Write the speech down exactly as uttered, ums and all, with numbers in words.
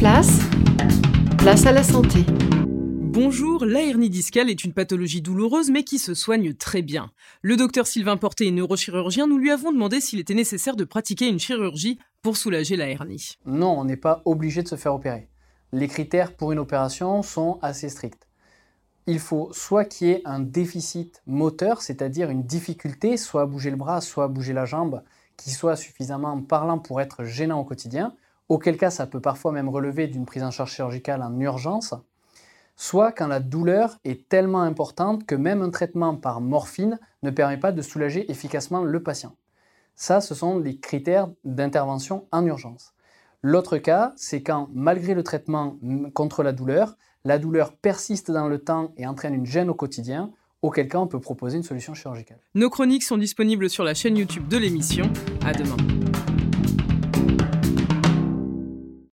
place, place à la santé. Bonjour, la hernie discale est une pathologie douloureuse mais qui se soigne très bien. Le docteur Sylvain Porté est neurochirurgien, nous lui avons demandé s'il était nécessaire de pratiquer une chirurgie pour soulager la hernie. Non, on n'est pas obligé de se faire opérer. Les critères pour une opération sont assez stricts. Il faut soit qu'il y ait un déficit moteur, c'est-à-dire une difficulté, soit à bouger le bras, soit à bouger la jambe, qui soit suffisamment parlant pour être gênant au quotidien, auquel cas ça peut parfois même relever d'une prise en charge chirurgicale en urgence, soit quand la douleur est tellement importante que même un traitement par morphine ne permet pas de soulager efficacement le patient. Ça, ce sont les critères d'intervention en urgence. L'autre cas, c'est quand, malgré le traitement contre la douleur, la douleur persiste dans le temps et entraîne une gêne au quotidien, auquel cas on peut proposer une solution chirurgicale. Nos chroniques sont disponibles sur la chaîne YouTube de l'émission. À demain.